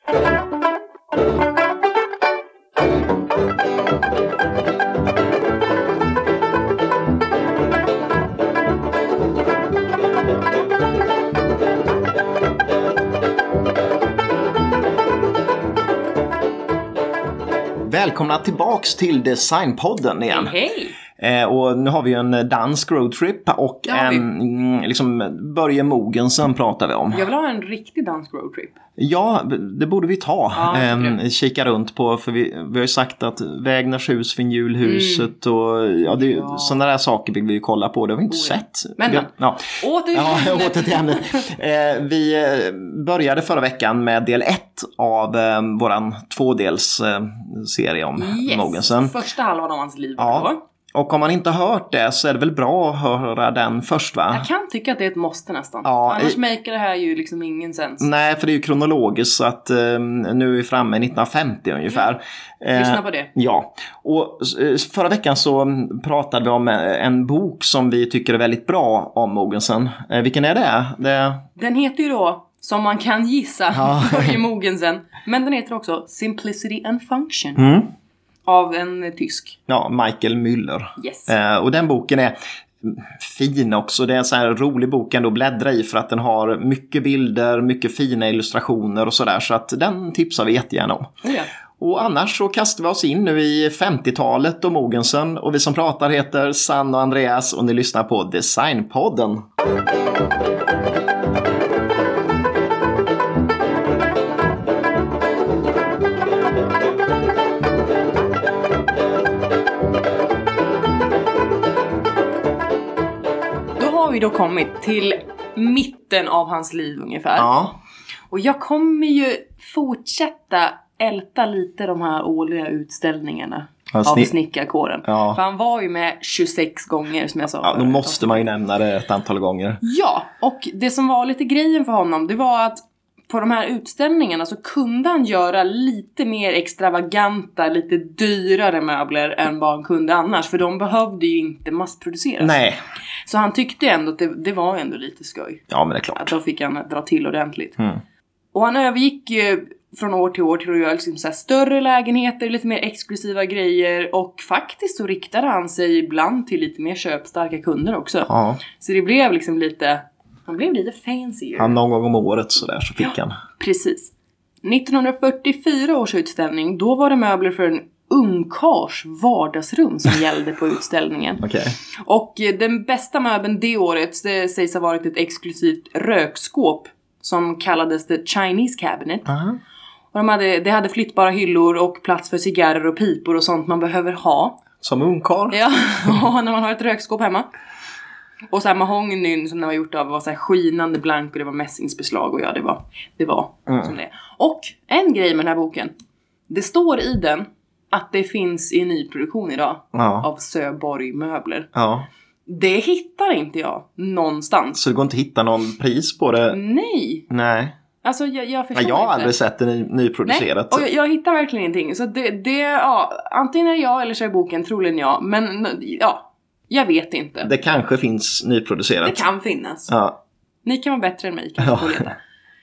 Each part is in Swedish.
Välkomna tillbaks till Designpodden igen. Hej! Och nu har vi en dansk roadtrip och Börje Mogensen pratar vi om. Jag vill ha en riktig dansk roadtrip. Ja, det borde vi ta. Ja, kika runt på, för vi har ju sagt att Wägners hus, Vinjulhuset och sådana där saker vill vi ju kolla på. Det har vi inte sett. Men åter till ämnet. Vi började förra veckan med del 1 av våran 2-dels serie om Mogensen. Första halvan av hans liv. Ja. Och om man inte har hört det så är det väl bra att höra den först, va? Jag kan tycka att det är ett måste nästan. Ja, annars maker det här ju liksom ingen sens. Nej, för det är ju kronologiskt så att nu är vi framme i 1950 ungefär. Lyssna på det. Ja, och förra veckan så pratade vi om en bok som vi tycker är väldigt bra om Mogensen. Vilken är det? Den heter ju då, som man kan gissa, Börje Mogensen. Men den heter också Simplicity and Function. Av en tysk. Ja, Michael Müller. Yes. Och den boken är fin också. Det är en sån här rolig bok ändå att bläddra i för att den har mycket bilder, mycket fina illustrationer och sådär. Så att den tipsar vi jättegärna om. Ja. Och annars så kastar vi oss in nu i 50-talet och Mogensen. Och vi som pratar heter Sanna och Andreas och ni lyssnar på Designpodden. Vi då kommit till mitten av hans liv ungefär. Ja. Och jag kommer ju fortsätta älta lite de här årliga utställningarna av snickarkåren. Ja. För han var ju med 26 gånger som jag sa. Ja, då måste man ju nämna det ett antal gånger. Ja, och det som var lite grejen för honom, det var att på de här utställningarna så kunde han göra lite mer extravaganta, lite dyrare möbler än vad han kunde annars. För de behövde ju inte massproduceras. Nej. Så han tyckte ändå att det var ändå lite skoj. Ja, men det är klart. Att då fick han dra till ordentligt. Och han övergick ju från år till år till att göra liksom så här större lägenheter, lite mer exklusiva grejer. Och faktiskt så riktade han sig ibland till lite mer köpstarka kunder också. Ja. Så det blev liksom lite... Han blev lite fancy. Han någon gång om året så där så fick han. Precis. 1944 års utställning, då var det möbler för en ungkars vardagsrum som gällde på utställningen. Okay. Och den bästa möbeln det året, det sägs ha varit ett exklusivt rökskåp som kallades The Chinese Cabinet. Och det hade flyttbara hyllor och plats för cigarrer och pipor och sånt man behöver ha. Som ungkar? Ja, när man har ett rökskåp hemma. Och så här mahogny som det var gjort av var så här skinande blank och det var mässingsbeslag och det var som det. Och en grej med den här boken. Det står i den att det finns i nyproduktion idag av Söborg möbler. Ja. Det hittar inte jag någonstans. Så det går inte att hitta någon pris på det? Nej. Alltså jag förstår jag har inte. aldrig sett det nyproducerat. Nej, och jag hittar verkligen ingenting. Så antingen är jag eller så är boken troligen jag. Men jag vet inte. Det kanske finns nyproducerat. Det kan finnas. Ja. Ni kan vara bättre än mig kanske på leta.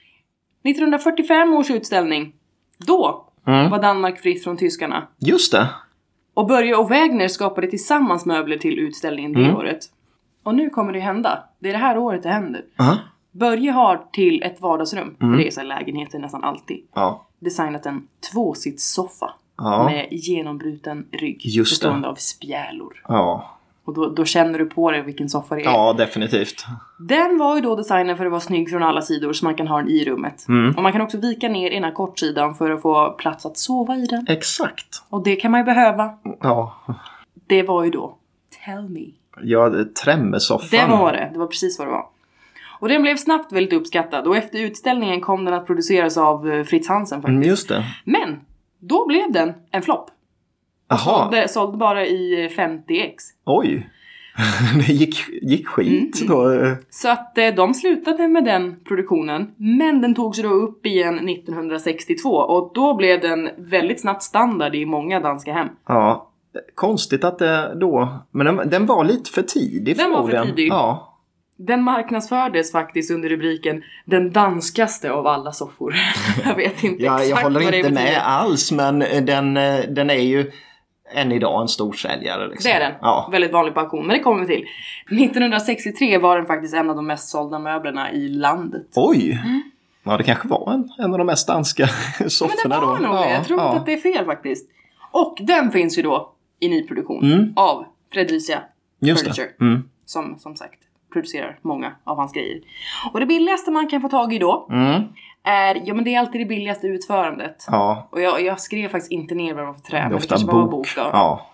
1945 års utställning. Då var Danmark fritt från tyskarna. Just det. Och Börje och Wägner skapade tillsammans möbler till utställningen det året. Och nu kommer det hända. Det är det här året det händer. Börje har till ett vardagsrum. För det är så här lägenheter nästan alltid. Designat en 2-sitssoffa. Med genombruten rygg. Bestående av spjälor. Ja. Och då känner du på dig vilken soffa det är. Ja, definitivt. Den var ju då designad för att vara snygg från alla sidor. Så man kan ha den i rummet. Och man kan också vika ner ena kortsidan för att få plats att sova i den. Exakt. Och det kan man ju behöva. Ja. Det var ju då Tell Me. Ja, Tremmesoffan. Det var precis vad det var. Och den blev snabbt väldigt uppskattad. Och efter utställningen kom den att produceras av Fritz Hansen faktiskt. Just det. Men då blev den en flopp. Sålde bara i 50x. Oj. Det gick skit då. Så att de slutade med den produktionen. Men den tog sig då upp igen 1962. Och då blev den väldigt snabbt standard i många danska hem. Ja, konstigt att det då... Men den var lite för tidig. Den var för tidig. Ja. Den marknadsfördes faktiskt under rubriken den danskaste av alla soffor. Jag vet inte exakt jag håller vad det inte betyder. med alls, men den är ju än idag en stor säljare. Liksom. Det är den. Ja. Väldigt vanlig på auktion. Men det kommer vi till. 1963 var den faktiskt en av de mest sålda möblerna i landet. Oj! Ja, det kanske var en av de mest danska sofforna då. Men det var nog det. Jag tror inte att det är fel faktiskt. Och den finns ju då i nyproduktion av Fredricia Furniture. Som sagt producerar många av hans grejer. Och det billigaste man kan få tag i då är, men det är alltid det billigaste utförandet. Ja. Och jag skrev faktiskt inte ner vad det var för trä. Det är men ofta det kanske bara var bok då. Ja.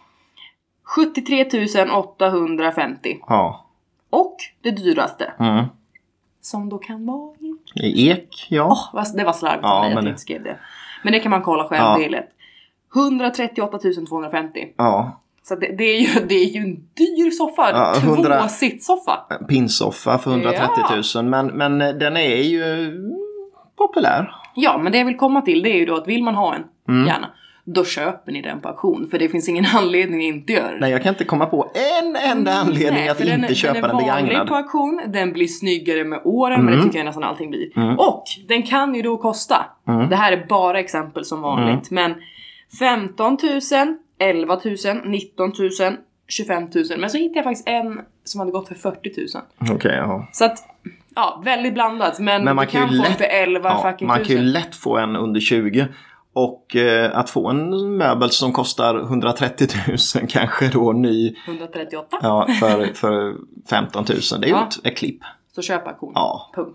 73 850. Ja. Och det dyraste. Som då kan vara Ek, ja. Det var slarvigt av mig att jag inte skrev det. Men det kan man kolla själv, det är lätt. 138 250. Ja. Så det är ju en dyr soffa. Ja, 2 sittsoffa. Pinsoffa för 130 000. Men den är ju populär. Ja, men det jag vill komma till det är ju då att vill man ha en, gärna, då köper ni den på auktion. För det finns ingen anledning att inte göra det. Nej, jag kan inte komma på en enda anledning att inte köpa den begagnad. Den är vanlig på auktion, den blir snyggare med åren, men det tycker jag nästan allting blir. Och den kan ju då kosta, det här är bara exempel som vanligt, men 15 000, 11 000, 19 000, 25 000. Men så hittade jag faktiskt en som hade gått för 40 000. Okej, ja. Så att, ja, väldigt blandat. Men man kan få för 11 fucking man 000. kan ju lätt få en under 20. Och att få en möbel som kostar 130 000 kanske då ny. 138. Ja, för 15 000. Det är ju ett klipp. Så köp auktion. Ja. Punkt.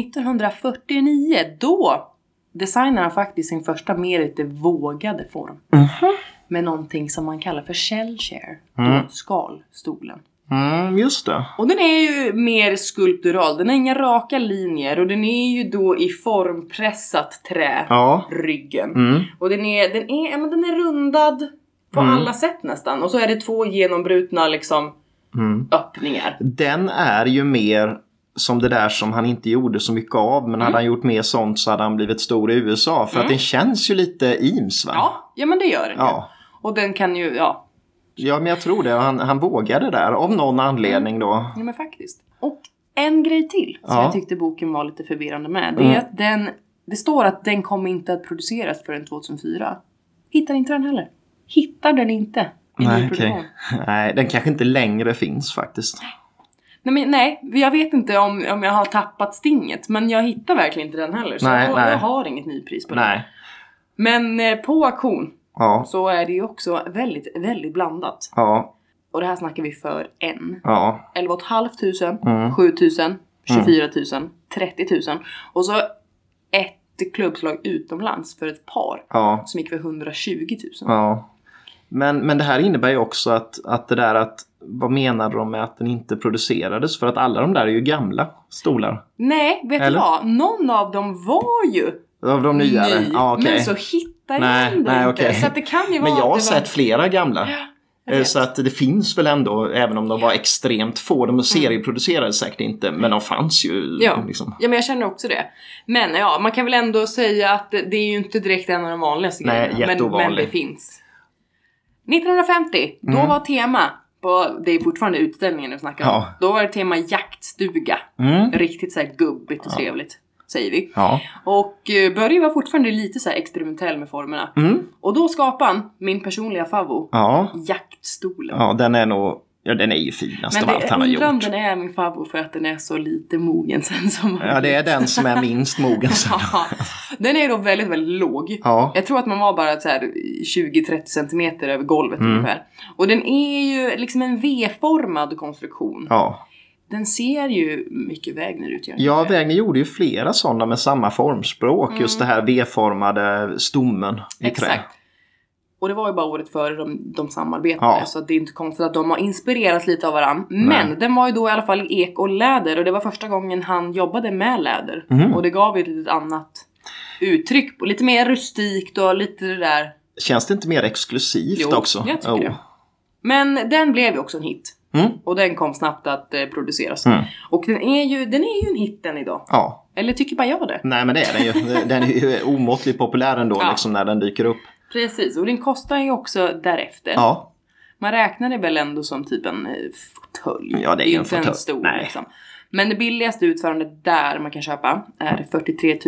1949, då designar han faktiskt sin första mer lite vågade form. Med någonting som man kallar för shell chair. Skalstolen. Just det. Och den är ju mer skulptural. Den har inga raka linjer. Och den är ju då i formpressat trä. Ryggen. Och den är rundad på alla sätt nästan. Och så är det 2 genombrutna liksom öppningar. Den är ju mer som det där som han inte gjorde så mycket av. Men hade han gjort mer sånt så hade han blivit stor i USA. För att den känns ju lite Eames, va? Ja, men det gör den ju. Och den kan ju, Ja, men jag tror det. Han vågade där av någon anledning då. Ja, men faktiskt. Och en grej till som jag tyckte boken var lite förvirrande med. Det är att det står att den kommer inte att produceras förrän 2004. Hittar inte den heller. Hittar den inte i nyproduktion. Nej, den kanske inte längre finns faktiskt. Nej, jag vet inte om jag har tappat stinget. Men jag hittar verkligen inte den heller. Så jag har inget nypris på den. Men på auktion så är det ju också väldigt, väldigt blandat. Och det här snackar vi för en. 11 500, 7 000, 24 000, 30 000. Och så ett klubbslag utomlands för ett par som gick för 120 000. Men det här innebär ju också att det där att vad menar de med att den inte producerades? För att alla de där är ju gamla stolar. Nej, vet du vad? Någon av dem var ju av de nyare. Men så hittar jag ändå inte. Så att det kan ju vara. Men jag har sett flera gamla. Så att det finns väl ändå, även om de var extremt få, de serieproducerade säkert inte, men de fanns ju. Liksom. Ja, men jag känner också det. Men man kan väl ändå säga att det är ju inte direkt en av de vanligaste grejerna. Men det finns. 1950, då var tema det är fortfarande utställningen du snackar om. Då var det tema jaktstuga. Riktigt så här gubbigt och trevligt, säger vi. Och Börje var fortfarande lite så här experimentell med formerna. Och då skapade han min personliga favvo. Jaktstolen. Ja, den är ju finast av allt han har gjort. Men den är min favvo för att den är så lite mogen sen som. Ja, det är den som är minst mogen sen. Den är då väldigt, väldigt låg. Jag tror att man var bara så här 20-30 centimeter över golvet ungefär. Och den är ju liksom en V-formad konstruktion. Den ser ju mycket Wägner ut. Ja, Wägner gjorde ju flera sådana med samma formspråk. Just det här V-formade stommen i trä. Och det var ju bara året före de samarbetade. Så det är inte konstigt att de har inspirerats lite av varandra. Men den var ju då i alla fall i ek och läder. Och det var första gången han jobbade med läder. Och det gav ju ett litet annat uttryck. Lite mer rustikt och lite det där. Känns det inte mer exklusivt också? Jag tycker det. Men den blev ju också en hit. Och den kom snabbt att produceras. Och den är ju en hit än idag. Eller tycker bara jag det? Nej, men det är den ju. Den är ju omåttligt populär ändå liksom, när den dyker upp. Precis, och den kostar ju också därefter. Man räknar det väl ändå som typ en fåtölj. Ja, det är ju en fåtölj. Liksom. Men det billigaste utförandet där man kan köpa är 43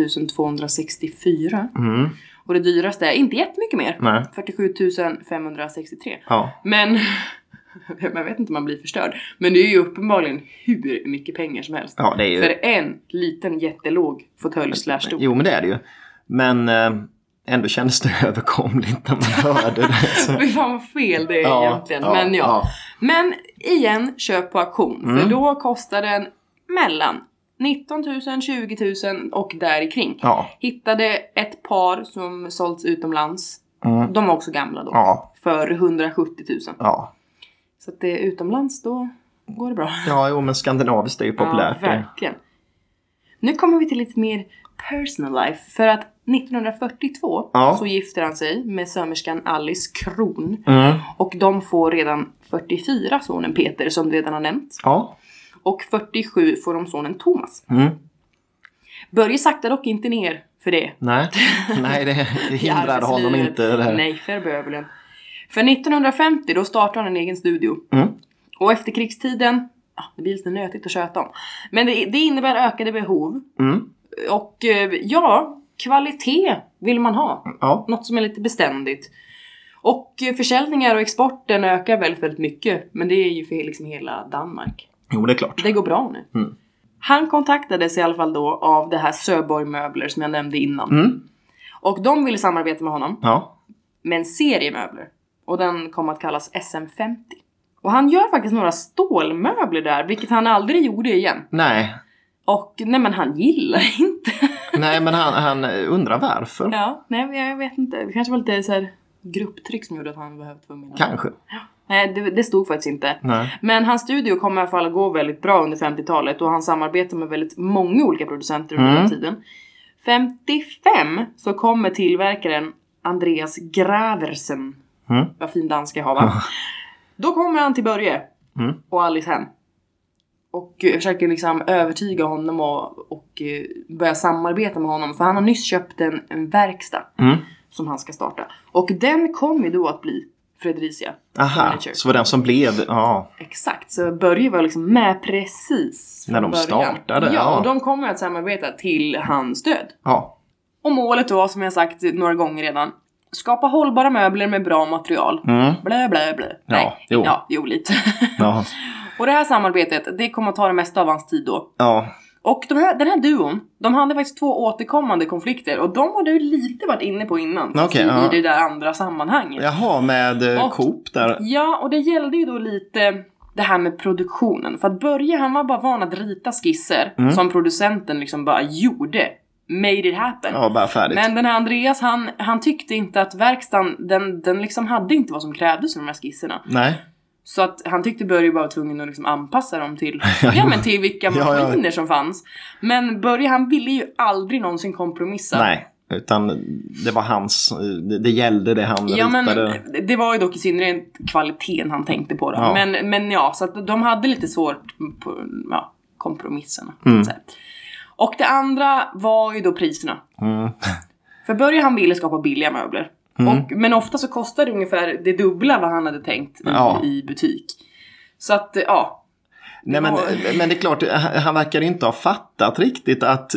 264. Och det dyraste är inte jättemycket mer. Nej. 47 563. Ja. Men man vet inte om man blir förstörd. Men det är ju uppenbarligen hur mycket pengar som helst. Ja, det är ju... För en liten jättelåg fåtölj/stol. Jo, men det är det ju. Men ändå kändes det överkomligt när man hörde det. Så. Fy fan vad fel det är egentligen. Men ja. Men igen, köp på auktion. För då kostar den mellan 19 000, 20 000 och där kring. Ja. Hittade ett par som sålts utomlands. De var också gamla då. Ja. För 170 000. Ja. Så att det är utomlands, då går det bra. Ja, jo, men skandinaviskt är ju populärt. Ja, verkligen. Nu kommer vi till lite mer personal life. För att 1942 så gifter han sig med sömerskan Alice Kron. Och de får redan 44 sonen Peter, som redan har nämnt. Ja. Och 47 får de sonen Thomas. Börje sakta dock inte ner för det. Nej, det hindrade honom inte. Det här. Nej, för bövelen. För 1950 då startade han en egen studio. Och efter krigstiden, det blir lite nötigt att köta om. Men det innebär ökade behov. Och kvalitet vill man ha. Ja. Något som är lite beständigt. Och försäljningar och exporten ökar väldigt, väldigt mycket. Men det är ju för liksom hela Danmark. Jo, det är klart. Det går bra nu. Han kontaktades i alla fall då av det här Söborg Möbler som jag nämnde innan. Och de ville samarbeta med honom. Ja. Med en serie möbler. Och den kom att kallas SM50. Och han gör faktiskt några stålmöbler där. Vilket han aldrig gjorde igen. Nej. Och nej, men han gillar inte. Nej, men han undrar varför. Ja, nej, jag vet inte. Det kanske var lite så här grupptryck som gjorde att han behövde få med. Kanske. Ja. Nej, det stod faktiskt inte. Nej. Men hans studio kommer i alla fall att gå väldigt bra under 50-talet. Och han samarbetar med väldigt många olika producenter under den tiden. 55 så kommer tillverkaren Andreas Graversen. Vad fin danska jag har, va? Då kommer han till Börje och Alice hem. Och försöker liksom övertyga honom och börja samarbeta med honom. För han har nyss köpt en verkstad som han ska starta. Och den kommer ju då att bli Fredricia. Aha, så var den som blev... Ja. Exakt, så Börje var liksom med precis när de startade. Ja, och de kommer att samarbeta till hans stöd. Ja. Och målet då, som jag sagt några gånger redan, skapa hållbara möbler med bra material. Blä, blä, blä. Ja, jo, lite. Ja. Och det här samarbetet, det kommer att ta det mesta av hans tid då. Ja. Och den här duon, de hade faktiskt 2 återkommande konflikter. Och de har du lite varit inne på innan. Okay, i det där andra sammanhanget. Jaha, med Coop där. Ja, och det gällde ju då lite det här med produktionen. För att Börje, han var bara van att rita skisser som producenten liksom bara gjorde. Made it happen. Ja, bara färdigt. Men den här Andreas, han tyckte inte att verkstaden, den liksom hade inte vad som krävdes för de här skisserna. Nej. Så att han tyckte Börje bara var tvungen att liksom anpassa dem till, till vilka maskiner som fanns. Men Börje, han ville ju aldrig någonsin kompromissa. Nej, utan det var hans, det gällde det han ritade. Men det var ju dock i synnerhet kvaliteten han tänkte på. Då. Ja. Men ja, så att de hade lite svårt på kompromisserna. Så att säga. Och det andra var ju då priserna. För Börje, han ville skapa billiga möbler. Men ofta så kostar det ungefär det dubbla vad han hade tänkt i butik. Så att, Nej, men det är klart, han verkar inte ha fattat riktigt att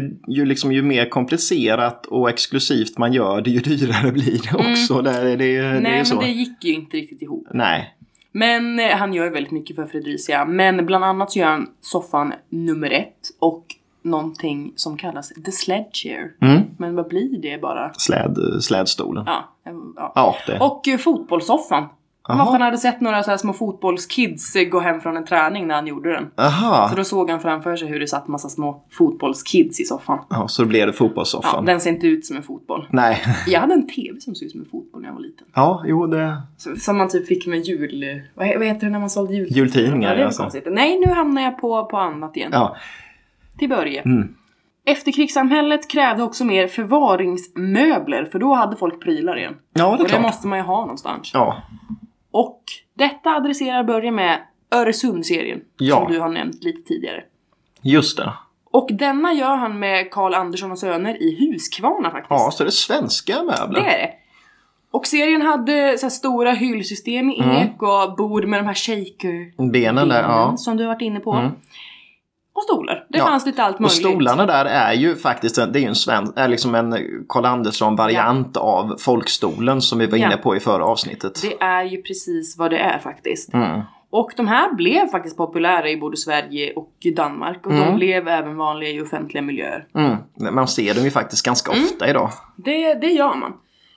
ju mer komplicerat och exklusivt man gör, det ju dyrare blir det också. Nej, det är så. Men det gick ju inte riktigt ihop. Nej. Men han gör väldigt mycket för Fredricia. Men bland annat så gör han soffan nummer 1 och någonting som kallas the sled chair. Men vad blir det bara? Slädstolen. Ja, det. Och fotbollssoffan. Han hade sett några så här små fotbollskids gå hem från en träning när han gjorde den. Aha. Så då såg han framför sig hur det satt massa små fotbollskids i soffan. Ja, så blev det fotbollssoffan. Ja, den ser inte ut som en fotboll. Nej. Jag hade en tv som såg ut som en fotboll när jag var liten. Ja, jo det... Som man typ fick med jul... Vad heter det när man sålde jul? Jultidningar, ja, alltså. Nej, nu hamnar jag på annat igen. Ja. Till Börje. Efterkrigssamhället krävde också mer förvaringsmöbler. För då hade folk prylar igen. Ja, det är och klart. det måste man ju ha någonstans. Ja. Och detta adresserar Börje med Öresundserien. Ja. Som du har nämnt lite tidigare. Just det. Och denna gör han med Carl Andersson och Söner i Huskvarna faktiskt. Ja, så det är svenska möbler. Det är det. Och serien hade så här stora hyllsystem i ek och bord med de här shaker-benen där, som du har varit inne på. Och stolar. Det fanns lite allt möjligt. Och stolarna där är ju faktiskt det är liksom en Carl Andersson-variant av folkstolen som vi var inne på i förra avsnittet. Det är ju precis vad det är faktiskt. Och de här blev faktiskt populära i både Sverige och Danmark. Och de blev även vanliga i offentliga miljöer. Man ser dem ju faktiskt ganska ofta idag. Det gör man.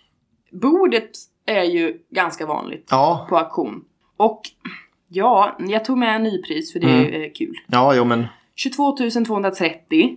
Bordet är ju ganska vanligt på auktion. Och ja, jag tog med en nypris för det är kul. Ja, jo men... 22 230.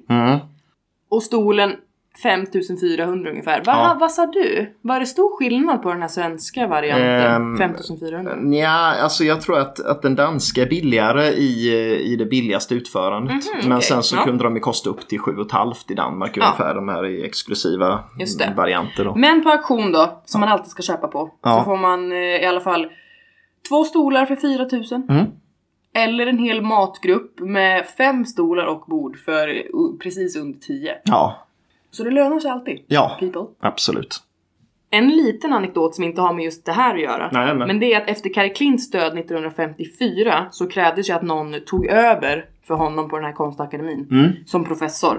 Och stolen 5 400 ungefär. Vad sa du? Var det stor skillnad på den här svenska varianten? 5 400? Ja, alltså jag tror att den danska är billigare i det billigaste utförandet. Men sen så kunde de ju kosta upp till 7,5 i Danmark ungefär. De här i exklusiva varianter då. Men på auktion då, som man alltid ska köpa på. Så får man i alla fall 2 stolar för 4 000. Eller en hel matgrupp med 5 stolar och bord för precis under 10. Ja. Så det lönar sig alltid. Ja, people. Absolut. En liten anekdot som inte har med just det här att göra. Men det är att efter Kalle Klints död 1954 så krävdes ju att någon tog över för honom på den här konstakademin. Som professor.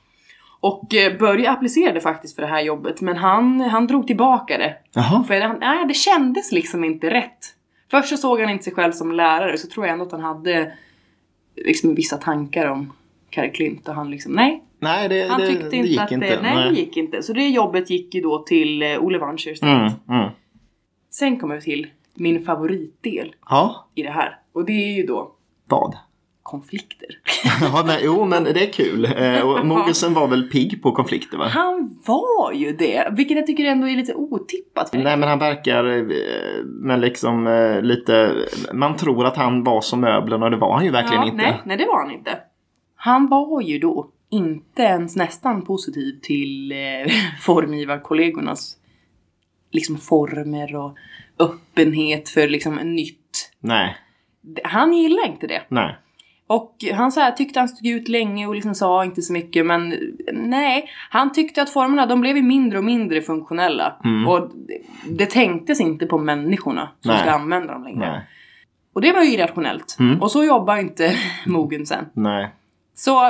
Och började applicera det faktiskt för det här jobbet. Men han drog tillbaka det. För det kändes liksom inte rätt. Först så såg han inte sig själv som lärare. Så tror jag ändå att han hade liksom vissa tankar om Kalle Klint. Och han liksom, han tyckte inte att det gick inte. Så det jobbet gick ju då till Ole Wanscher istället. Sen kommer vi till min favoritdel i det här. Och det är ju då... Vad? Konflikter. Men det är kul. Och Mogensen var väl pigg på konflikter, va? Han var ju det. Vilket jag tycker ändå är lite otippat. Nej, men han verkar men liksom lite... Man tror att han var som möblen och det var han ju verkligen inte. Nej, det var han inte. Han var ju då inte ens nästan positiv till formgivarkollegornas liksom former och öppenhet för liksom nytt. Nej. Han gillar inte det. Nej. Och han tyckte han stod ut länge och liksom sa inte så mycket. Men nej, han tyckte att formerna de blev mindre och mindre funktionella. Och det tänktes inte på människorna som ska använda dem längre. Nej. Och det var ju irrationellt. Och så jobbar inte Mogensen. Nej. Så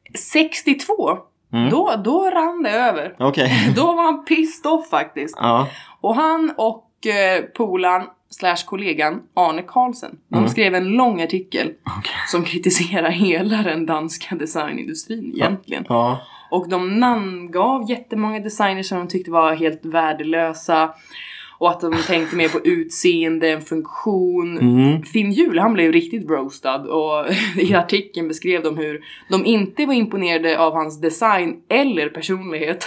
62, då rann det över. Okay. Då var han pissed off faktiskt. Och han och Polan / kollegan Arne Carlsen. De skrev en lång artikel som kritiserar hela den danska designindustrin egentligen. Och de namngav jättemånga designers som de tyckte var helt värdelösa. Och att de tänkte mer på utseende, en funktion. Finn Hjul, han blev riktigt roastad. Och i artikeln beskrev de hur de inte var imponerade av hans design eller personlighet.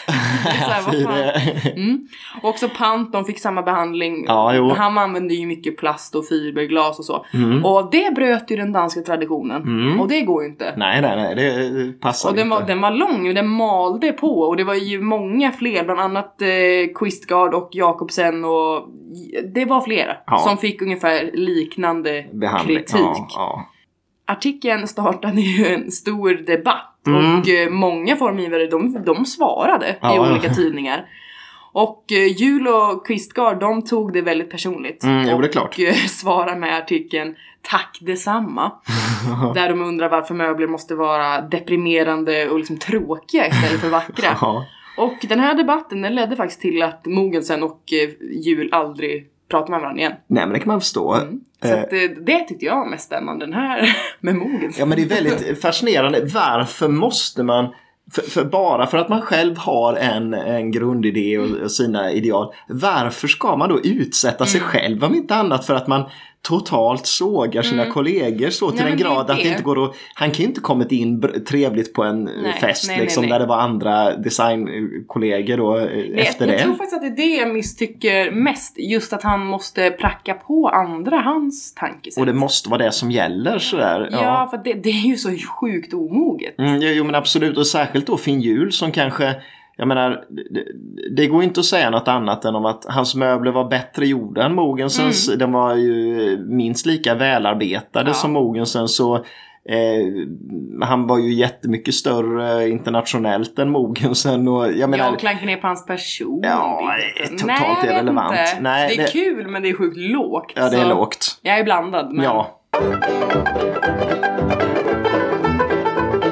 Och också Panton fick samma behandling. Han använde ju mycket plast och fiberglas och så. Och det bröt ju den danska traditionen. Och det går ju inte. Nej, det passar och inte. Den var lång och den malde på. Och det var ju många fler, bland annat Quistgaard och Jakobsen och det var flera som fick ungefär liknande kritik. Artikeln startade ju en stor debatt och många formgivare de svarade i olika tidningar. Och Hjul och Quistgaard de tog det väldigt personligt. Det är klart. Och svarade med artikeln tack detsamma. Där de undrar varför möbler måste vara deprimerande och liksom tråkiga istället för vackra. Och den här debatten den ledde faktiskt till att Mogensen och Hjul aldrig pratade med varandra igen. Nej, men det kan man förstå. Så att, det tyckte jag var mest spännande, den här med Mogensen. Ja, men det är väldigt fascinerande. Varför måste man... Bara för att man själv har en grundidé och sina ideal. Varför ska man då utsätta sig själv om inte annat för att man totalt sågar sina kollegor så till en grad att det inte går att... Han kan ju inte kommit in trevligt på en fest där det var andra designkollegor då efter det. Jag tror faktiskt att det är det jag misstycker mest. Just att han måste pracka på andra hans tankesätt. Och det måste vara det som gäller sådär. Ja, för det är ju så sjukt omoget. Jo, men absolut. Och särskilt då Finn Hjul som kanske... Jag menar, det går inte att säga något annat än om att hans möbler var bättre gjorda än Mogensens. Den var ju minst lika välarbetade som Mogensen. Så han var ju jättemycket större internationellt än Mogensen. Och jag klankar ner på hans person. Ja, det är totalt irrelevant. Nej, det är kul men det är sjukt lågt. Ja, det är lågt. Jag är blandad. Men... Ja.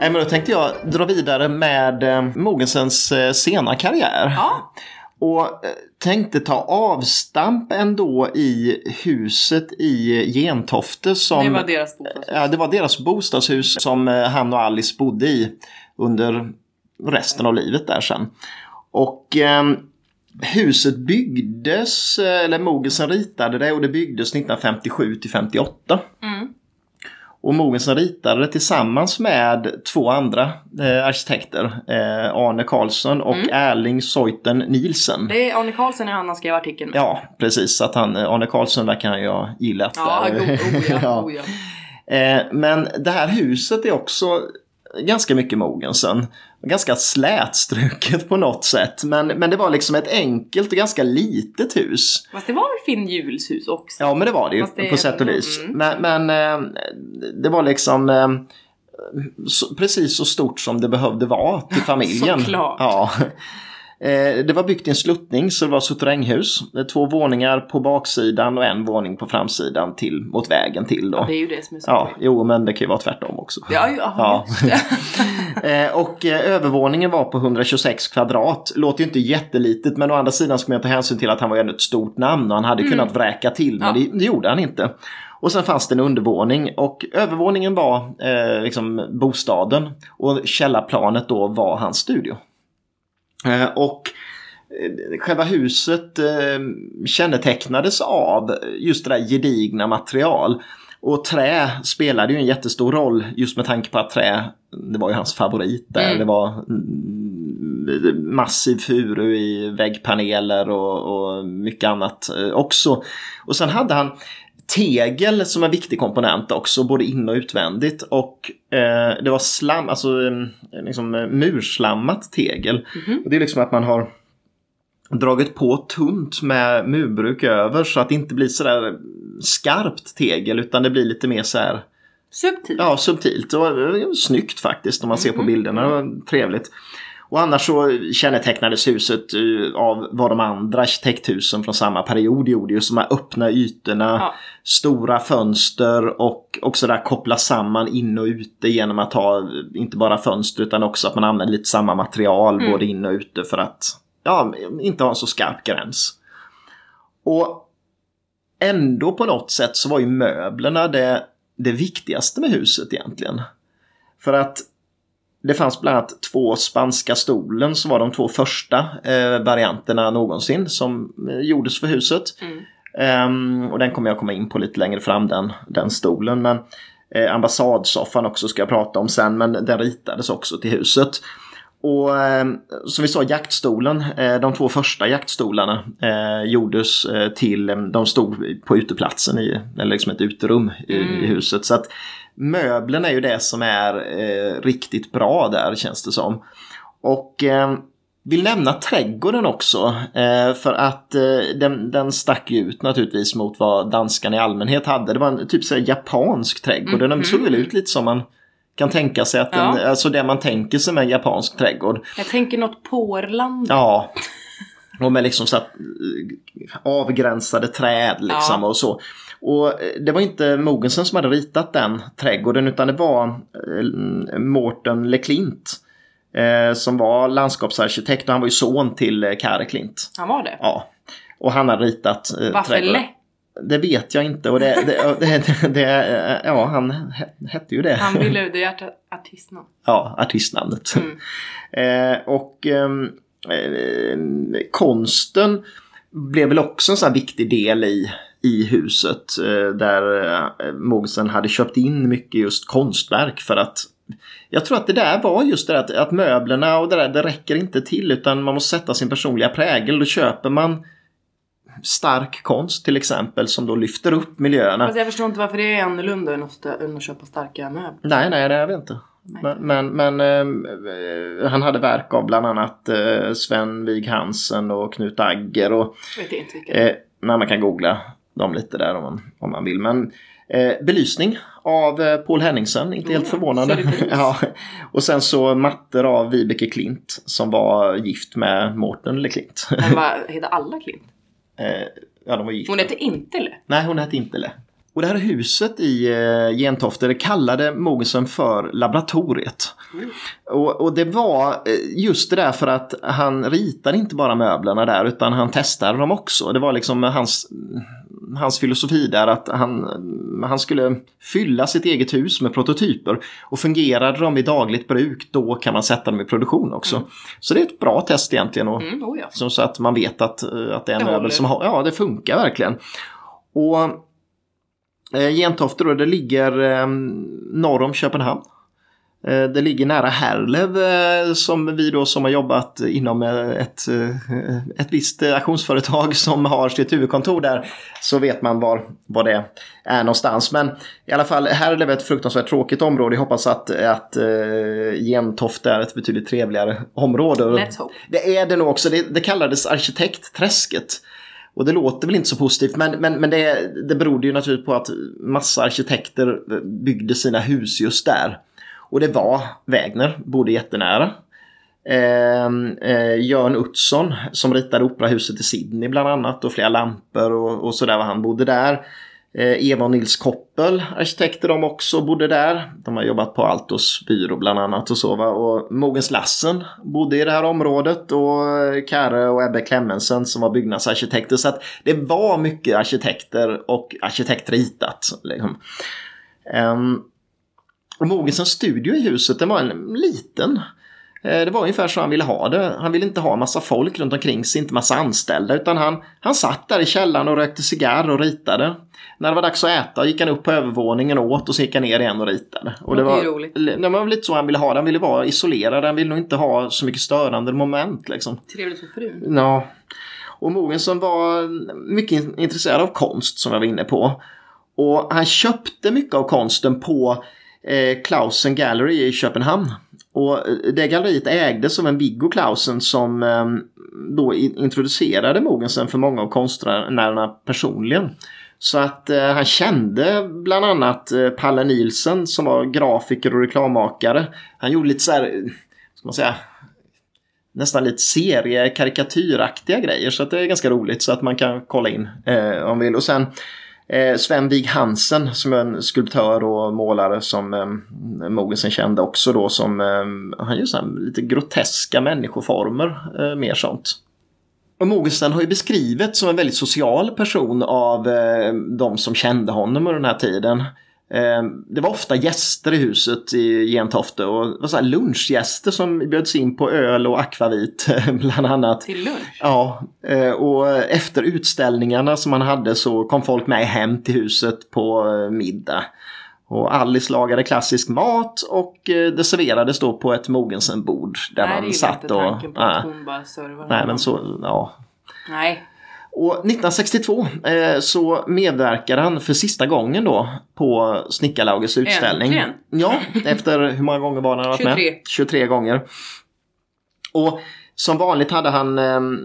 Nej, men då tänkte jag dra vidare med Mogensens sena karriär. Ja. Och tänkte ta avstamp ändå i huset i Gentofte. Det var deras bostadshus. Ja, det var deras bostadshus som han och Alice bodde i under resten av livet där sen. Och huset byggdes, eller Mogensen ritade det, och det byggdes 1957 till 58. Mm. Och Mogensen ritade det tillsammans med 2 andra arkitekter. Arne Karlsson och Erling Soiten Nielsen. Det är Arne Karlsson han skrev artikeln med. Ja, precis. Att Arne Karlsson verkar han ju ha gillat. Ja, ja. Men det här huset är också ganska mycket Mogensen. Ganska slätstruket på något sätt. Men det var liksom ett enkelt och ganska litet hus. Fast det var väl Finn Juhls hus också? Ja, men det var det ju på sätt och vis. Men det var liksom precis så stort som det behövde vara till familjen. Såklart. Ja. Det var byggt i en sluttning, så det var suterränghus. 2 våningar på baksidan och 1 våning på framsidan till mot vägen till då. Ja, det är ju det som är så. Ja, jo, men det kan ju vara tvärtom också. Ja. Och övervåningen var på 126 kvadrat. Låter ju inte jättelitet, men å andra sidan ska man ta hänsyn till att han var ju ett stort namn och han hade kunnat vräka till, men det gjorde han inte. Och sen fanns det en undervåning, och övervåningen var liksom bostaden, och källarplanet då var hans studio. Och själva huset kännetecknades av just det där gedigna material. Och trä spelade ju en jättestor roll, just med tanke på att trä, det var ju hans favorit där. Det var massiv furu i väggpaneler och mycket annat också. Och sen hade han tegel som en viktig komponent också, både in- och utvändigt, och det var slam, alltså liksom murslammat tegel. Och det är liksom att man har dragit på tunt med murbruk över, så att det inte blir så där skarpt tegel, utan det blir lite mer så här subtilt. Ja, subtilt och snyggt faktiskt om man ser på bilderna. Det var trevligt. Och annars så kännetecknades huset av vad de andra arkitekthusen från samma period gjorde. Just de här öppna ytorna, stora fönster och också där koppla samman in och ute genom att ha inte bara fönster utan också att man använder lite samma material både in och ute för att inte ha en så skarp gräns. Och ändå på något sätt så var ju möblerna det viktigaste med huset egentligen. För att det fanns bland annat 2 spanska stolen som var de 2 första varianterna någonsin som gjordes för huset. Och den kommer jag komma in på lite längre fram, den stolen. Men ambassadsoffan också ska jag prata om sen, men den ritades också till huset. Och som vi sa, jaktstolen, de 2 första jaktstolarna gjordes till, de stod på uteplatsen eller liksom ett uterum i huset. Så att möblerna är ju det som är riktigt bra där, känns det som. Och vill nämna trädgården också, för att den stack ut naturligtvis mot vad danskarna i allmänhet hade. Det var en typ så här japansk trädgård. Den såg väl ut lite som man kan tänka sig att alltså det man tänker sig med en japansk trädgård. Jag tänker något Pårland. Ja. Och med liksom så att avgränsade träd liksom och så. Och det var inte Mogensen som hade ritat den trädgården, utan det var Mårten Leclint som var landskapsarkitekt, och han var ju son till Kare Klint. Han var det? Ja. Och han hade ritat trädgården. Det vet jag inte, och han hette ju det. Han ville, det är artistnamn. Ja, artistnamnet. Och konsten blev väl också en sån här viktig del i huset, där Mogensen hade köpt in mycket just konstverk, för att jag tror att det där var just det att möblerna och det räcker inte till, utan man måste sätta sin personliga prägel. Då köper man stark konst till exempel som då lyfter upp miljöerna. Fast jag förstår inte varför det är annorlunda än att köpa starka möbler. Nej, det är det inte. Men han hade verk av bland annat Sven Wig Hansen och Knut Agger och vet inte vilka. man kan googla dem lite där om man vill. Men belysning av Paul Henningsen, inte helt förvånande. Ja. Och sen så mattor av Vibeke Klint som var gift med Mårten Leclint. Men vad heter alla Klint? Ja, de var gifta. Hon hette Intele? Nej, hon hette Intele. Och det här huset i Gentofte, det kallade Mogensen för laboratoriet. Och det var just det där för att han ritade inte bara möblerna där utan han testade dem också. Det var liksom hans filosofi där att han skulle fylla sitt eget hus med prototyper och fungerade de i dagligt bruk, då kan man sätta dem i produktion också. Så det är ett bra test egentligen och, så att man vet att det är en möbel som har, ja det funkar verkligen. Och Gentofte då, det ligger norr om Köpenhamn. Det ligger nära Herlev som vi då som har jobbat inom ett visst auktionsföretag som har sitt huvudkontor där, så vet man var det är någonstans. Men i alla fall, Herlev är ett fruktansvärt tråkigt område. Jag hoppas att Gentofte är ett betydligt trevligare område. Let's hope. Det är det nog också. Det kallades arkitektträsket. Och det låter väl inte så positivt, men det berodde ju naturligtvis på att massa arkitekter byggde sina hus just där. Och det var Wägner, bodde jättenära. Jörn Utzon som ritade operahuset i Sydney bland annat och flera lampor och sådär, var han bodde där. Eva och Nils Koppel, arkitekter, de också bodde där. De har jobbat på Altos byrå bland annat och så, va? Och Mogens Lassen bodde i det här området och Kare och Ebbe Klemmensen som var byggnadsarkitekter. Så att det var mycket arkitekter och arkitektritat liksom. Och Mogensens studio i huset, det var en liten. Det var ungefär så han ville ha det. Han ville inte ha massa folk runt omkring sig, inte massa anställda, utan han satt där i källaren och rökte cigarr och ritade. När det var dags att äta gick han upp på övervåningen och åt och så gick han ner igen och ritade. Och det var lite så han ville ha det. Han ville vara isolerad. Han ville nog inte ha så mycket störande moment liksom. Trevligt för frun. Ja. Och Mogensen var mycket intresserad av konst som jag var inne på. Och han köpte mycket av konsten på Clausen Gallery i Köpenhamn. Och det galleriet ägdes av en Viggo Clausen som då introducerade Mogensen för många av konstnärerna personligen. Så att han kände bland annat Palle Nielsen som var grafiker och reklammakare. Han gjorde lite så här, ska man säga, nästan lite seriekarikatyraktiga grejer, så att det är ganska roligt, så att man kan kolla in om man vill. Och sen Sven Wig Hansen som är en skulptör och målare som Mogensen kände också då, som han gör så här lite groteska människoformer, mer sånt. Och Mogensen har ju beskrivits som en väldigt social person av de som kände honom under den här tiden. Det var ofta gäster i huset i Gentofte och det var så här lunchgäster som bjöds in på öl och akvavit bland annat. Till lunch? Ja, och efter utställningarna som han hade så kom folk med hem till huset på middag. Och Alice lagade klassisk mat och det serverades då på ett Mogensen-bord där man satt och... Tanken på att hon bara servade. Nej, men så, ja. Nej. Och 1962 så medverkade han för sista gången då på Snickarlaugers utställning. Äntligen. Ja, efter hur många gånger var han varit 23. med? 23 gånger. Och som vanligt hade han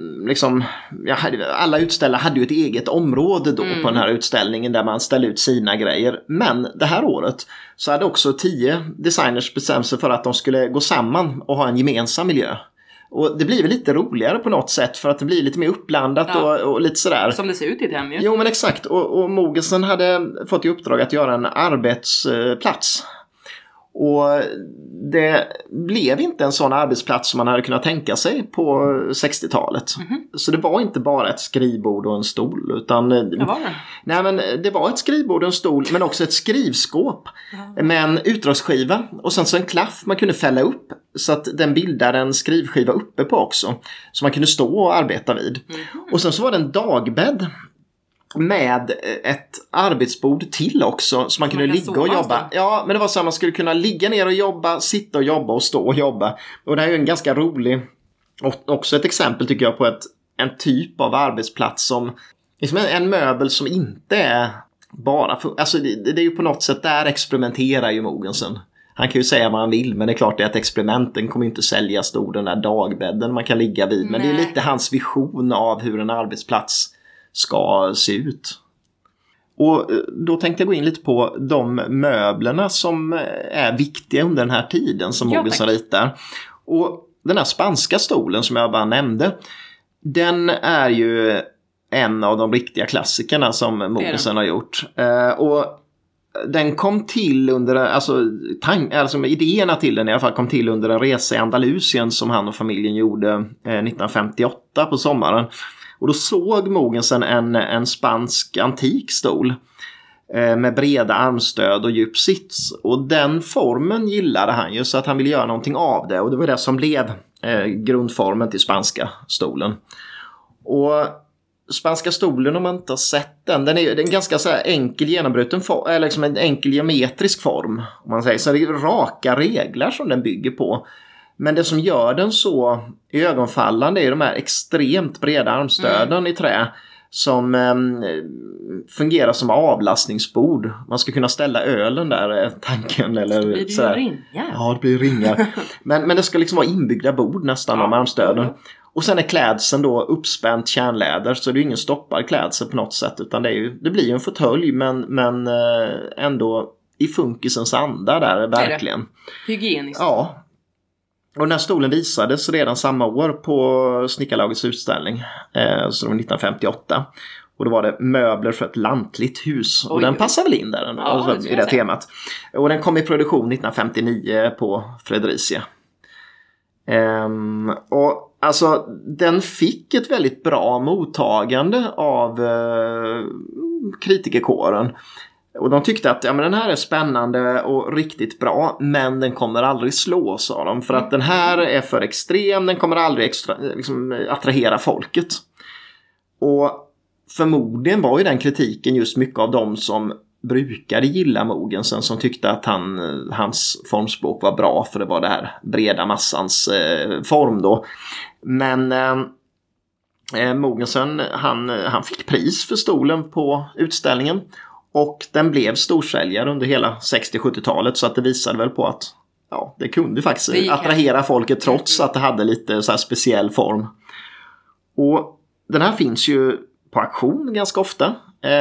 alla utställare hade ju ett eget område då på den här utställningen där man ställde ut sina grejer. Men det här året så hade också 10 designers bestämt sig för att de skulle gå samman och ha en gemensam miljö. Och det blir väl lite roligare på något sätt för att det blir lite mer uppblandat och lite sådär. Som det ser ut i ett hem ju. Jo, men exakt. Och Mogensen hade fått i uppdrag att göra en arbetsplats. Och det blev inte en sån arbetsplats som man hade kunnat tänka sig på 60-talet. Så det var inte bara ett skrivbord och en stol, utan Vad var det? Nej, men det var ett skrivbord och en stol, men också ett skrivskåp med en utdragsskiva och sen så en klaff man kunde fälla upp så att den bildade en skrivskiva uppe på också, så man kunde stå och arbeta vid. Och sen så var det en dagbädd med ett arbetsbord till också, så man kunde ligga och jobba. Ja, men det var så att man skulle kunna ligga ner och jobba, sitta och jobba och stå och jobba. Och det här är ju en ganska rolig, och också ett exempel tycker jag på en typ av arbetsplats som liksom en möbel som inte är bara för, alltså det är ju på något sätt, där experimenterar ju Mogensen. Han kan ju säga vad han vill, men det är klart det är ett experiment. Den kommer inte sälja stor, den där dagbädden man kan ligga vid. Men det är lite hans vision av hur en arbetsplats ska se ut. Och då tänkte jag gå in lite på de möblerna som är viktiga under den här tiden som Mogensen ritar. Och den här spanska stolen som jag bara nämnde, den är ju en av de riktiga klassikerna som Mogensen har gjort. Och den kom till under, alltså idéerna till den i alla fall kom till under en resa i Andalusien som han och familjen gjorde 1958 på sommaren. Och då såg Mogensen en spansk antikstol med breda armstöd och djup sits. Och den formen gillade han ju, så att han ville göra någonting av det. Och det var det som blev grundformen till spanska stolen. Och spanska stolen, om man inte har sett den är en ganska så här enkel genombruten form, eller liksom en enkel geometrisk form, om man säger. Så det är raka regler som den bygger på. Men det som gör den så ögonfallande är de här extremt breda armstöden i trä som fungerar som avlastningsbord. Man ska kunna ställa ölen där, tanken. Eller, det blir så här. ringar. Ja, det blir ringar. men det ska liksom vara inbyggda bord nästan om armstöden. Och sen är klädseln då uppspänt kärnläder, så det är ingen stoppad klädsel på något sätt, utan det blir ju en fåtölj men ändå i funkisens anda där, verkligen. Hygieniskt. Ja. Och den här stolen visades redan samma år på Snickarlagets utställning, så det var 1958. Och då var det möbler för ett lantligt hus. Och den passar väl in där i det temat. Och den kom i produktion 1959 på Fredericia. Och alltså den fick ett väldigt bra mottagande av kritikerkåren. Och de tyckte att men den här är spännande och riktigt bra, men den kommer aldrig slå, sa de. För att den här är för extrem, den kommer aldrig attrahera folket. Och förmodligen var ju den kritiken just mycket av de som brukade gilla Mogensen, som tyckte att hans formspråk var bra, för det var det här breda massans form då. Men Mogensen han fick pris för stolen på utställningen, och den blev storsäljare under hela 60-70-talet, så att det visade väl på att det kunde faktiskt attrahera folket trots att det hade lite så här speciell form. Och den här finns ju på auktion ganska ofta.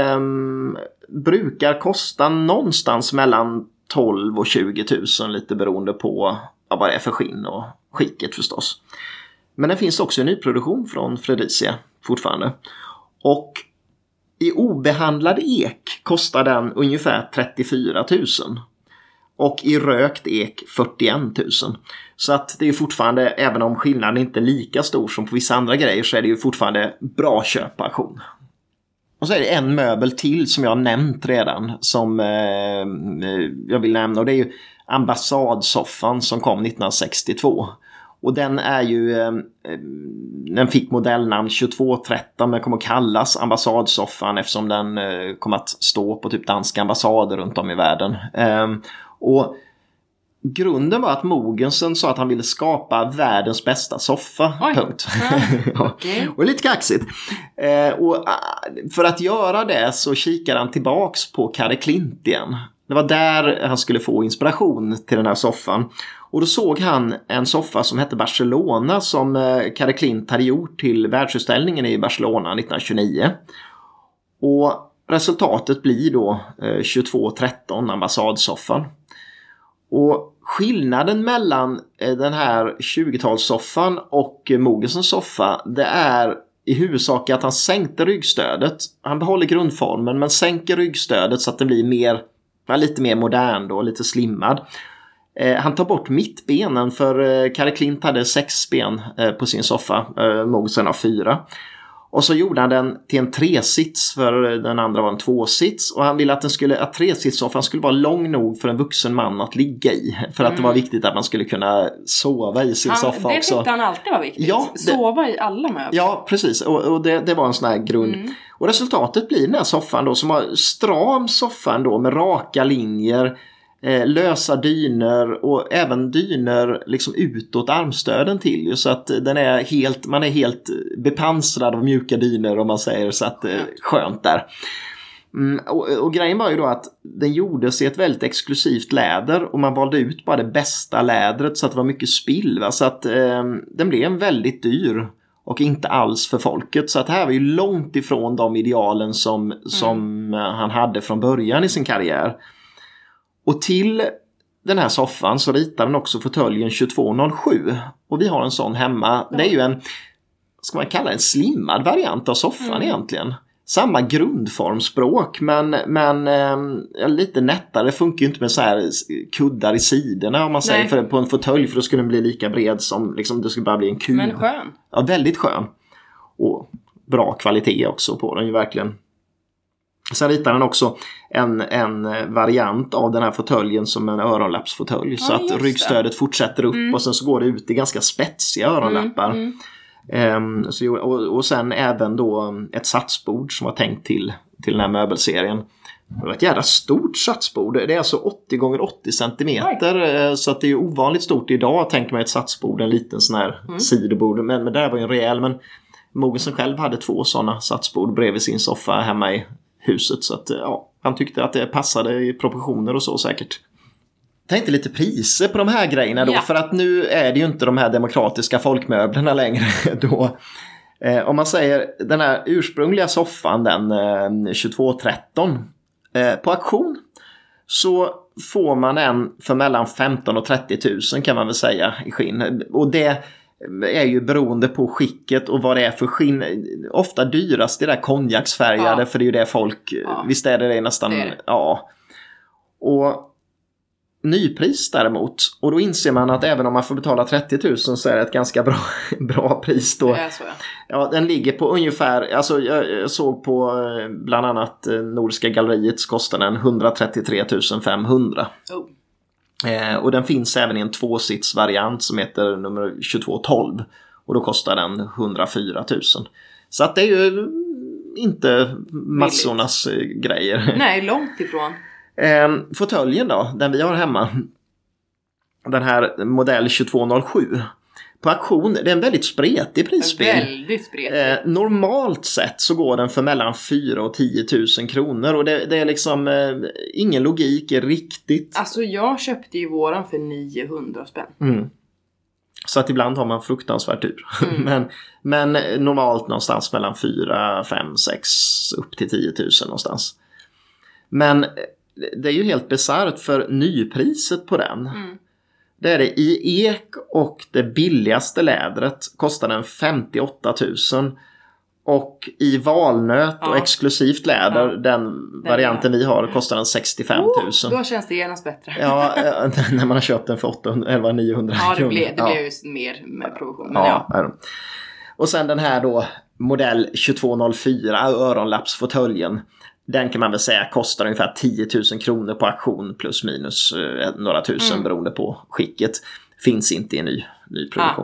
Brukar kosta någonstans mellan 12 och 20 000, lite beroende på vad det är för skinn och skicket förstås. Men den finns också i nyproduktion från Fredericia fortfarande. Och i obehandlad ek kostar den ungefär 34 000. Och i rökt ek 41 000. Så att det är fortfarande, även om skillnaden inte är lika stor som på vissa andra grejer, så är det ju fortfarande bra köp på auktion. Och så är det en möbel till som jag har nämnt redan, som jag vill nämna, och det är ju ambassadsoffan som kom 1962. Och den är ju, den fick modellnamn 2213, men kommer att kallas ambassadsoffan eftersom den kommer att stå på typ danska ambassader runt om i världen. Och grunden var att Mogensen sa att han ville skapa världens bästa soffa. Punkt. Okay. Och lite kaxigt. Och för att göra det så kikade han tillbaks på Kalle Klint igen. Det var där han skulle få inspiration till den här soffan. Och då såg han en soffa som hette Barcelona, som Kalle Klint hade gjort till världsutställningen i Barcelona 1929. Och resultatet blir då 2213, ambassadsoffan. Och skillnaden mellan den här 20-talssoffan och Mogensens soffa, det är i huvudsak att han sänkte ryggstödet. Han behåller grundformen men sänker ryggstödet så att det blir lite mer modern då, lite slimmad. Han tar bort mittbenen, för Kalle Klint hade 6 ben på sin soffa, Mogensen har 4. Och så gjorde han den till en 3-sits, för den andra var en 2-sits. Och han ville att att 3-sitssoffan skulle vara lång nog för en vuxen man att ligga i. För att det var viktigt att man skulle kunna sova i sin soffa det också. Det tyckte han alltid var viktigt. Ja, sova i alla möbler. Ja, precis. Och det var en sån här grund. Och resultatet blir den här soffan då, som har stram soffan då med raka linjer, lösa dyner och även dyner liksom utåt armstöden till ju, så att man är helt bepansrad av mjuka dyner, om man säger, så att skönt där. Och grejen var ju då att den gjordes i ett väldigt exklusivt läder, och man valde ut bara det bästa lädret, så att det var mycket spill, så att den blev väldigt dyr och inte alls för folket. Så att det här var ju långt ifrån de idealen som han hade från början i sin karriär. Och till den här soffan så ritar den också fåtöljen 2207. Och vi har en sån hemma. Ja. Det är ju ska man kalla det, en slimmad variant av soffan egentligen. Samma grundformspråk men lite nättare. Det funkar ju inte med så här kuddar i sidorna om man säger på en fåtölj, för då skulle den bli lika bred som liksom, det skulle bara bli en kub. Men skön. Ja, väldigt skön. Och bra kvalitet också på den ju verkligen. Sen ritar den också en variant av den här fåtöljen som en öronlappsfåtölj. Så att ryggstödet fortsätter upp och sen så går det ut i ganska spetsiga öronlappar. Och sen även då ett satsbord som var tänkt till den här möbelserien. Det var ett jävla stort satsbord. Det är alltså 80 x 80 centimeter. Så att det är ovanligt stort idag, tänker man, ett satsbord. En liten sån här sidobord. Men det där var ju en rejäl. Men Mogensen själv hade 2 sådana satsbord bredvid sin soffa hemma i huset. Så att han tyckte att det passade i proportioner och så säkert. Tänkte lite priser på de här grejerna då. För att nu är det ju inte de här demokratiska folkmöblerna längre då. Om man säger den här ursprungliga soffan, den 2213 på auktion, så får man en för mellan 15 och 30 000 kan man väl säga i skinn. Och det är ju beroende på skicket och vad det är för skinn. Ofta dyrast det där konjaksfärgade, för det är ju det folk, visst är det nästan, Och nypris däremot, och då inser man att även om man får betala 30 000 så är det ett ganska bra pris då. Det är så, den ligger på ungefär, alltså jag såg på bland annat Nordiska galleriets kostar den 133 500. Och den finns även i en 2-sitsvariant som heter nummer 2212, och då kostar den 104 000. Så att det är ju inte massornas grejer. Nej, långt ifrån. Fåtöljen då, den vi har hemma, den här modell 2207 på auktion, det är en väldigt spretig prisbild. Väldigt spretig. Normalt sett så går den för mellan 4 och 10 000 kronor, och det är liksom ingen logik riktigt. Alltså jag köpte ju våran för 900 spänn. Så att ibland har man fruktansvärt tur. men normalt någonstans mellan 4, 5, 6 upp till 10 000 någonstans. Men det är ju helt bisarrt, för nypriset på den. Det är det i ek, och det billigaste lädret kostar den 58 000. Och i valnöt och exklusivt läder, den varianten vi har, kostar den 65 000. Då känns det genast bättre. När man har köpt den för 800 eller 900 kronor. Det blev ju mer med provision. Men Och sen den här då, modell 2204, öronlappsfåtöljen. Den kan man väl säga kostar ungefär 10 000 kronor på auktion, plus minus några tusen beroende på skicket. Finns inte i ny produktion.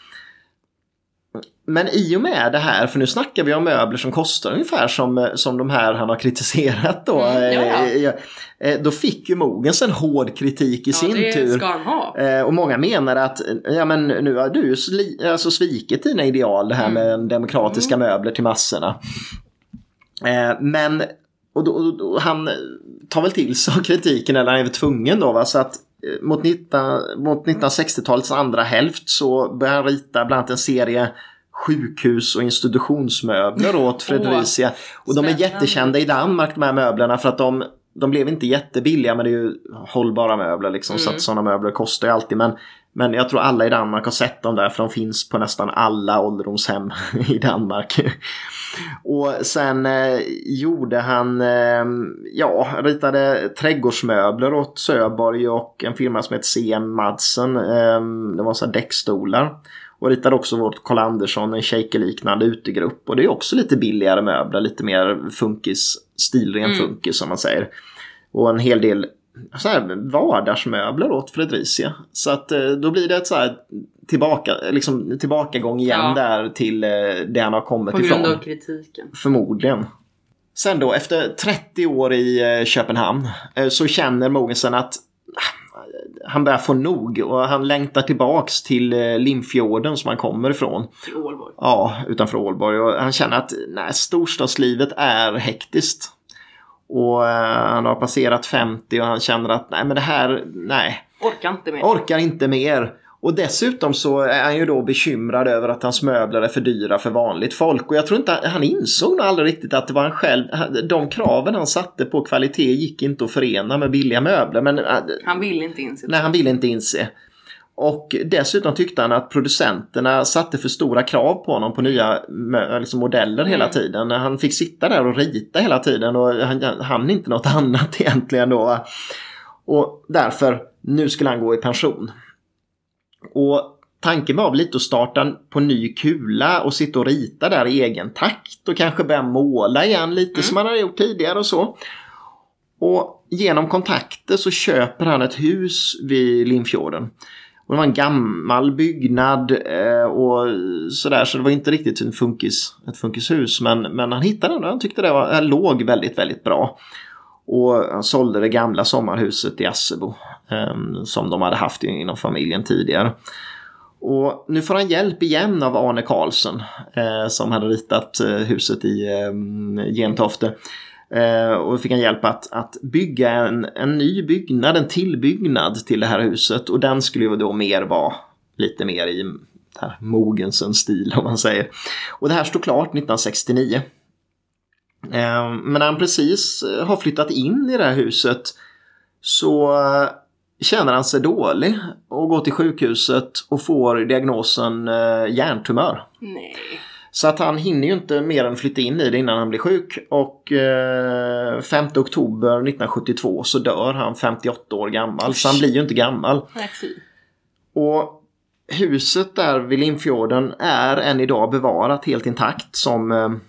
Men i och med det här, för nu snackar vi om möbler som kostar ungefär som de här han har kritiserat då. Då fick ju Mogens en hård kritik i sin tur. Det ska han ha. Och många menar att men nu har du alltså svikit dina ideal, det här med demokratiska möbler till massorna. Men och han tar väl till sig av kritiken, eller han är väl tvungen då, va? Så att mot 1960-talets andra hälft så började han rita bland annat en serie sjukhus- och institutionsmöbler åt Fredricia. Och de är jättekända i Danmark, de här möblerna, för att de blev inte jättebilliga, men det är ju hållbara möbler liksom, så att sådana möbler kostar ju alltid. Men jag tror alla i Danmark har sett dem där, för de finns på nästan alla ålderdomshem i Danmark. Och sen gjorde han ritade trädgårdsmöbler åt Söborg och en firma som heter CM Madsen. Det var så här däckstolar. Och ritade också åt Carl Andersson, en shaker-liknande utegrupp. Och det är också lite billigare möbler, lite mer funkis, stilren funkis som man säger. Och en hel del så här vardagsmöbler åt Fredricia. Så att då blir det ett så här tillbakagång igen där till det han har kommit ifrån. På grund av kritiken. Förmodligen. Sen då, efter 30 år i Köpenhamn så känner Mogensen att han börjar få nog, och han längtar tillbaks till Limfjorden som han kommer ifrån. Till Ålborg. Ja, utanför Ålborg. Och han känner att storstadslivet är hektiskt. Och han har passerat 50 och han känner att orkar inte mer. Och dessutom så är han ju då bekymrad över att hans möbler är för dyra för vanligt folk. Och jag tror inte, han insåg nog aldrig riktigt att det var han själv. De kraven han satte på kvalitet gick inte att förena med billiga möbler. Men han ville inte inse. Nej, han ville inte inse. Och dessutom tyckte han att producenterna satte för stora krav på honom på nya liksom modeller hela tiden. Han fick sitta där och rita hela tiden och han inte något annat egentligen då. Och därför, nu skulle han gå i pension. Och tanken var lite att starta på ny kula och sitta och rita där i egen takt och kanske börja måla igen lite som han hade gjort tidigare och så. Och genom kontakter så köper han ett hus vid Limfjorden. Och det var en gammal byggnad och sådär, så det var inte riktigt ett funkishus. Men han hittade den och han tyckte det låg väldigt, väldigt bra. Och han sålde det gamla sommarhuset i Assebo som de hade haft inom familjen tidigare. Och nu får han hjälp igen av Arne Karlsson som hade ritat huset i Gentofte. Och fick han hjälp att bygga en ny byggnad, en tillbyggnad till det här huset. Och den skulle ju då vara lite mer i Mogensens stil om man säger. Och det här stod klart 1969. Men när han precis har flyttat in i det här huset så känner han sig dålig och går till sjukhuset och får diagnosen hjärntumör. Nej. Så att han hinner ju inte mer än flytta in i det innan han blir sjuk. Och 5 oktober 1972 så dör han 58 år gammal. Så han blir ju inte gammal. Nej. Och huset där vid Limfjorden är än idag bevarat helt intakt som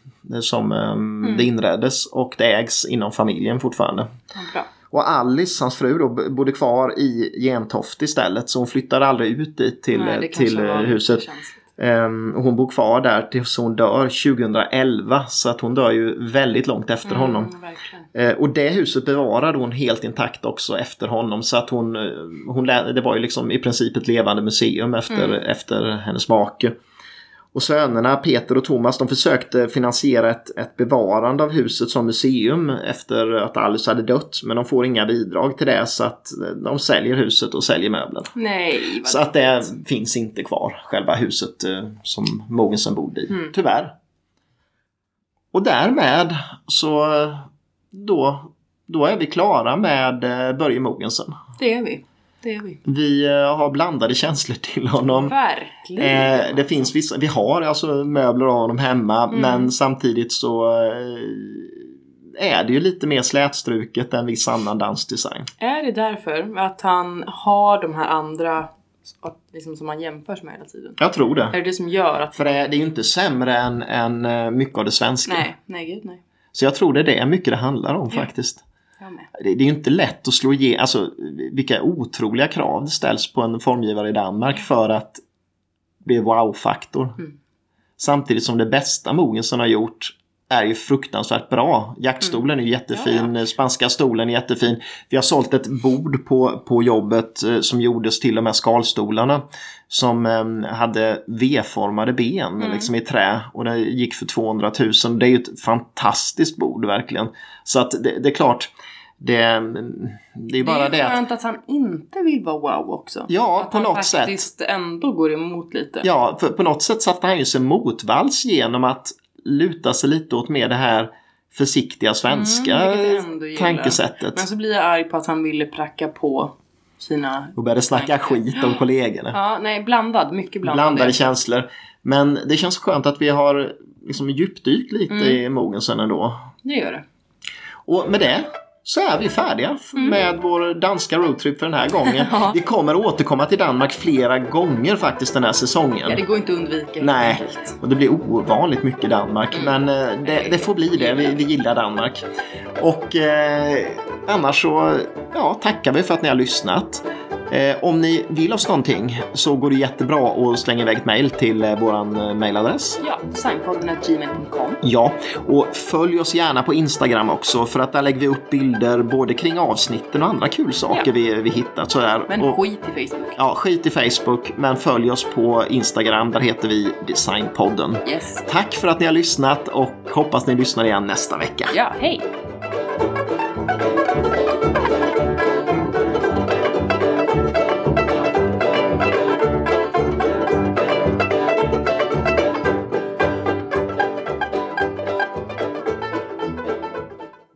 det inreddes. Och det ägs inom familjen fortfarande. Ja, bra. Och Alice, hans fru då, bodde kvar i Gentofte istället. Så hon flyttade aldrig ut dit till huset. Hon bor kvar där tills hon dör 2011. Så att hon dör ju väldigt långt efter honom. Och det huset bevarade hon helt intakt också efter honom. Så att hon det var ju liksom i princip ett levande museum efter hennes make. Och sönerna Peter och Thomas, de försökte finansiera ett bevarande av huset som museum efter att Alice hade dött. Men de får inga bidrag till det, så att de säljer huset och säljer möblerna. Nej, så att det finns inte kvar, själva huset som Mogensen bodde i, tyvärr. Och därmed så då är vi klara med Börje Mogensen. Det är vi. Vi har blandade känslor till honom. Verkligen. Det finns vissa, vi har alltså möbler av honom hemma, men samtidigt så är det ju lite mer slätstruket än viss annan dansdesign. Är det därför att han har de här andra liksom som man jämförs med hela tiden? Jag tror det. Är det som gör att... För det är ju inte sämre än mycket av det svenska. Nej. Så jag tror det är mycket det handlar om faktiskt. Det är ju inte lätt att slå igenom, alltså vilka otroliga krav det ställs på en formgivare i Danmark för att bli wow-faktor. Samtidigt som det bästa Mogensen har gjort är ju fruktansvärt bra. Jaktstolen är jättefin, spanska stolen är jättefin. Vi har sålt ett bord på jobbet som gjordes till de här skalstolarna som hade V-formade ben liksom i trä, och det gick för 200 000. Det är ju ett fantastiskt bord verkligen. Så att det är klart, det är bara det är skönt att han inte vill vara wow också. Ja, att på något sätt. Att han faktiskt ändå går emot lite. Ja, för på något sätt satte han ju sig motvalls genom att luta sig lite åt med det här försiktiga svenska tankesättet. Men så blir jag arg på att han ville pracka på sina... Och började snacka skit om kollegorna. Ja, nej, mycket blandade känslor. Men det känns skönt att vi har liksom djupdykt lite i Mogensen ändå. Det gör det. Och med det så är vi färdiga med vår danska roadtrip för den här gången. Vi kommer återkomma till Danmark flera gånger faktiskt den här säsongen. Ja, det går inte att undvika. Nej, och det blir ovanligt mycket Danmark. Men det får bli det, vi gillar Danmark. Och annars så tackar vi för att ni har lyssnat. Om ni vill oss någonting så går det jättebra att slänga iväg ett mejl till våran mejladress. Ja, designpodden@gmail.com. Ja, och följ oss gärna på Instagram också, för att där lägger vi upp bilder både kring avsnitten och andra kul saker vi hittat. Sådär. Men skit i Facebook. Ja, skit i Facebook, men följ oss på Instagram, där heter vi Designpodden. Yes. Tack för att ni har lyssnat och hoppas ni lyssnar igen nästa vecka. Ja, hej!